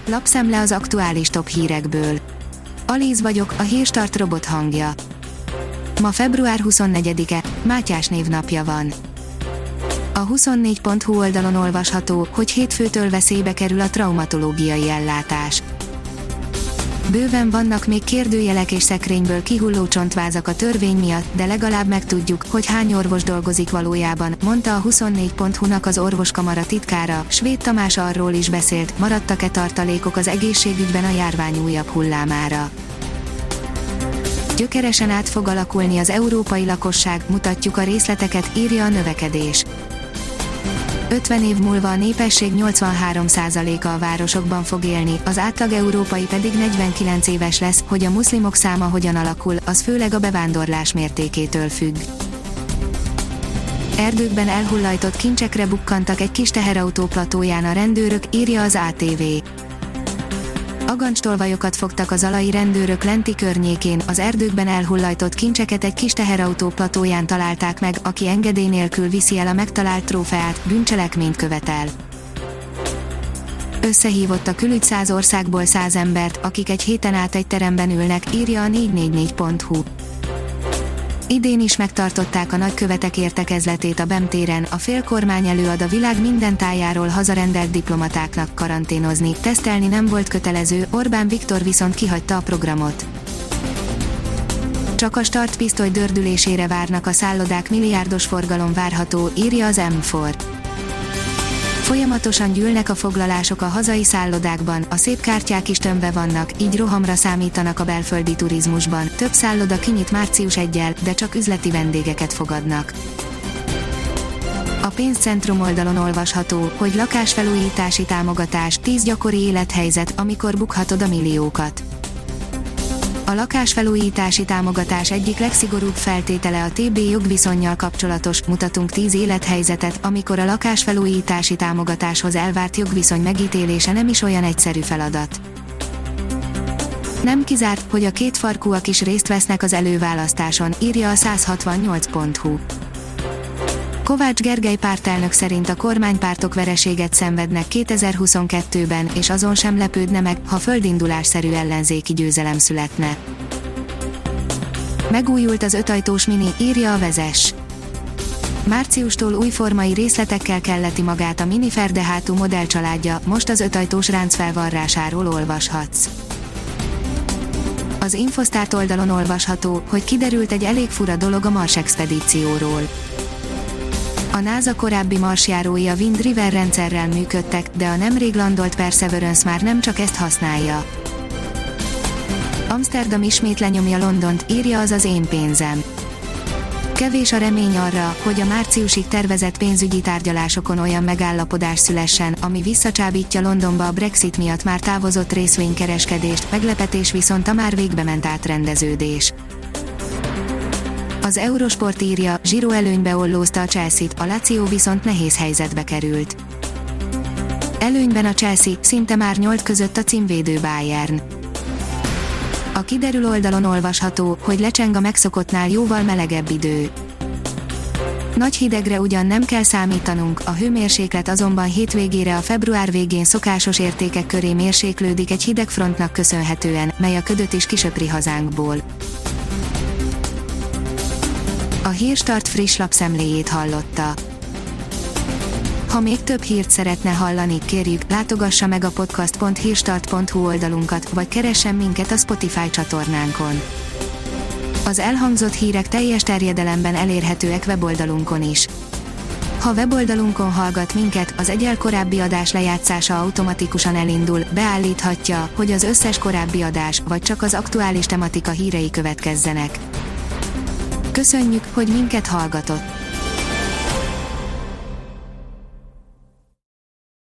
Lapszemle az aktuális top hírekből. Alíz vagyok, a Hírstart robot hangja. Ma február 24-e, Mátyás névnapja van. A 24.hu oldalon olvasható, hogy hétfőtől veszélybe kerül a traumatológiai ellátás. Bőven vannak még kérdőjelek és szekrényből kihulló csontvázak a törvény miatt, de legalább megtudjuk, hogy hány orvos dolgozik valójában, mondta a 24.hu-nak az orvoskamara titkára. Svéd Tamás arról is beszélt, maradtak-e tartalékok az egészségügyben a járvány újabb hullámára. Gyökeresen át fog alakulni az európai lakosság, mutatjuk a részleteket, írja a Növekedés. 50 év múlva a népesség 83%-a a városokban fog élni, az átlag európai pedig 49 éves lesz. Hogy a muszlimok száma hogyan alakul, az főleg a bevándorlás mértékétől függ. Erdőkben elhullajtott kincsekre bukkantak egy kis teherautó platóján a rendőrök, írja az ATV. Agancstolvajokat fogtak az alai rendőrök Lenti környékén, az erdőkben elhullajtott kincseket egy kis teherautó platóján találták meg, aki engedély nélkül viszi el a megtalált trófeát, bűncselekményt követel. Összehívott a külügy 100 országból 100 embert, akik egy héten át egy teremben ülnek, írja a 444.hu. Idén is megtartották a nagykövetek értekezletét a BEM téren, a félkormány előad a világ minden tájáról hazarendelt diplomatáknak. Karanténozni, tesztelni nem volt kötelező, Orbán Viktor viszont kihagyta a programot. Csak a startpisztoly dördülésére várnak a szállodák, milliárdos forgalom várható, írja az M4. Folyamatosan gyűlnek a foglalások a hazai szállodákban, a szép kártyák is tömve vannak, így rohamra számítanak a belföldi turizmusban. Több szálloda kinyit március 1-jel, de csak üzleti vendégeket fogadnak. A pénzcentrum oldalon olvasható, hogy lakásfelújítási támogatás, 10 gyakori élethelyzet, amikor bukhatod a milliókat. A lakásfelújítási támogatás egyik legszigorúbb feltétele a TB jogviszonnyal kapcsolatos. Mutatunk 10 élethelyzetet, amikor a lakásfelújítási támogatáshoz elvárt jogviszony megítélése nem is olyan egyszerű feladat. Nem kizárt, hogy a kétfarkúak is részt vesznek az előválasztáson, írja a 168.hu. Kovács Gergely pártelnök szerint a kormánypártok vereséget szenvednek 2022-ben, és azon sem lepődne meg, ha földindulásszerű ellenzéki győzelem születne. Megújult az 5-ajtós Mini, írja a Vezes. Márciustól újformai részletekkel kelleti magát a Mini ferdehátú modellcsaládja, most az 5-ajtós ráncfelvarrásáról olvashatsz. Az Infosztárt oldalon olvasható, hogy kiderült egy elég fura dolog a Mars expedícióról. A NASA korábbi marsjárói a Wind River rendszerrel működtek, de a nemrég landolt Perseverance már nem csak ezt használja. Amsterdam ismét lenyomja Londont, írja az Én pénzem. Kevés a remény arra, hogy a márciusig tervezett pénzügyi tárgyalásokon olyan megállapodás szülessen, ami visszacsábítja Londonba a Brexit miatt már távozott részvénykereskedést, meglepetés viszont a már végbement átrendeződés. Az Eurosport írja, Giroud előnybe ollózta a Chelsea-t, a Lazio viszont nehéz helyzetbe került. Előnyben a Chelsea, szinte már 8 között a címvédő Bayern. A kiderül oldalon olvasható, hogy lecseng a megszokottnál jóval melegebb idő. Nagy hidegre ugyan nem kell számítanunk, a hőmérséklet azonban hétvégére a február végén szokásos értékek köré mérséklődik egy hidegfrontnak köszönhetően, mely a ködöt is kisöpri hazánkból. A Hírstart friss lapszemléjét hallotta. Ha még több hírt szeretne hallani, kérjük, látogassa meg a podcast.hírstart.hu oldalunkat, vagy keressen minket a Spotify csatornánkon. Az elhangzott hírek teljes terjedelemben elérhetőek weboldalunkon is. Ha weboldalunkon hallgat minket, az egy korábbi adás lejátszása automatikusan elindul, beállíthatja, hogy az összes korábbi adás, vagy csak az aktuális tematika hírei következzenek. Köszönjük, hogy minket hallgatott!